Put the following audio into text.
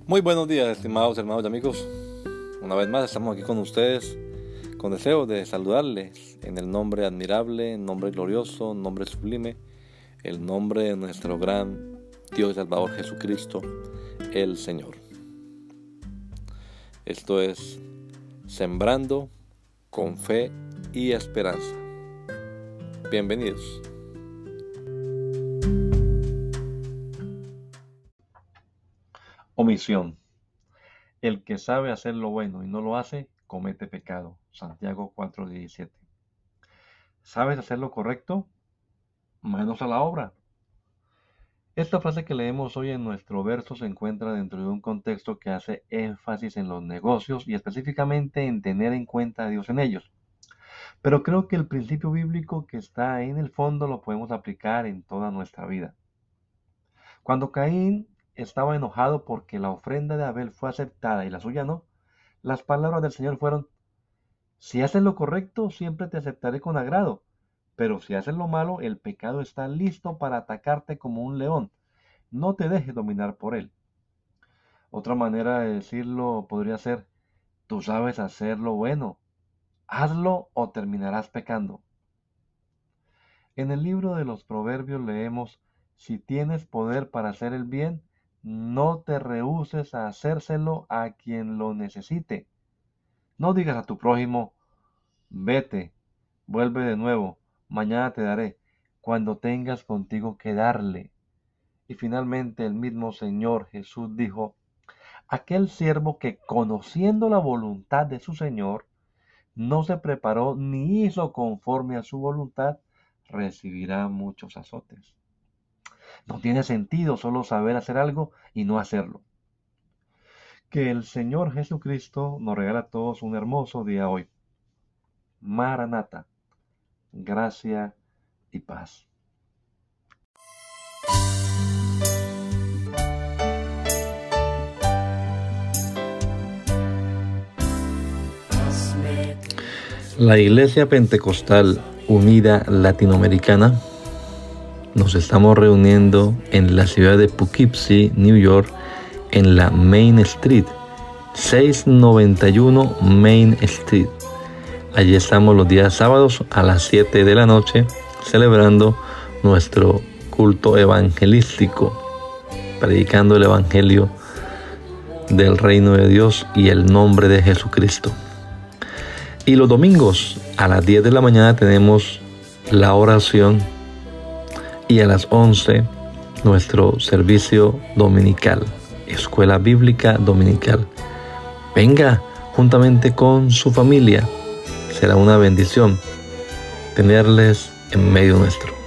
Muy buenos días, estimados hermanos y amigos. Una vez más estamos aquí con ustedes con deseo de saludarles en el nombre admirable, nombre glorioso, nombre sublime, el nombre de nuestro gran Dios y Salvador Jesucristo, el Señor. Esto es Sembrando con Fe y Esperanza. Bienvenidos. Omisión. El que sabe hacer lo bueno y no lo hace, comete pecado. Santiago 4:17. ¿Sabes hacer lo correcto? Manos a la obra. Esta frase que leemos hoy en nuestro verso se encuentra dentro de un contexto que hace énfasis en los negocios y específicamente en tener en cuenta a Dios en ellos. Pero creo que el principio bíblico que está en el fondo lo podemos aplicar en toda nuestra vida. Cuando Caín estaba enojado porque la ofrenda de Abel fue aceptada y la suya no, las palabras del Señor fueron: si haces lo correcto, siempre te aceptaré con agrado, pero si haces lo malo, el pecado está listo para atacarte como un león. No te dejes dominar por él. Otra manera de decirlo podría ser: tú sabes hacer lo bueno, hazlo o terminarás pecando. En el libro de los Proverbios leemos: si tienes poder para hacer el bien, no te rehúses a hacérselo a quien lo necesite. No digas a tu prójimo: vete, vuelve de nuevo, mañana te daré, cuando tengas contigo que darle. Y finalmente el mismo Señor Jesús dijo: aquel siervo que, conociendo la voluntad de su Señor, no se preparó ni hizo conforme a su voluntad, recibirá muchos azotes. No tiene sentido solo saber hacer algo y no hacerlo. Que el Señor Jesucristo nos regala a todos un hermoso día hoy. Maranata, gracia y paz. La Iglesia Pentecostal Unida Latinoamericana nos estamos reuniendo en la ciudad de Poughkeepsie, New York, en la Main Street, 691 Main Street. Allí estamos los días sábados a las 7 de la noche celebrando nuestro culto evangelístico, predicando el evangelio del reino de Dios y el nombre de Jesucristo. Y los domingos a las 10 de la mañana tenemos la oración y a las 11 nuestro servicio dominical, escuela bíblica dominical. Venga juntamente con su familia. Será una bendición tenerles en medio nuestro.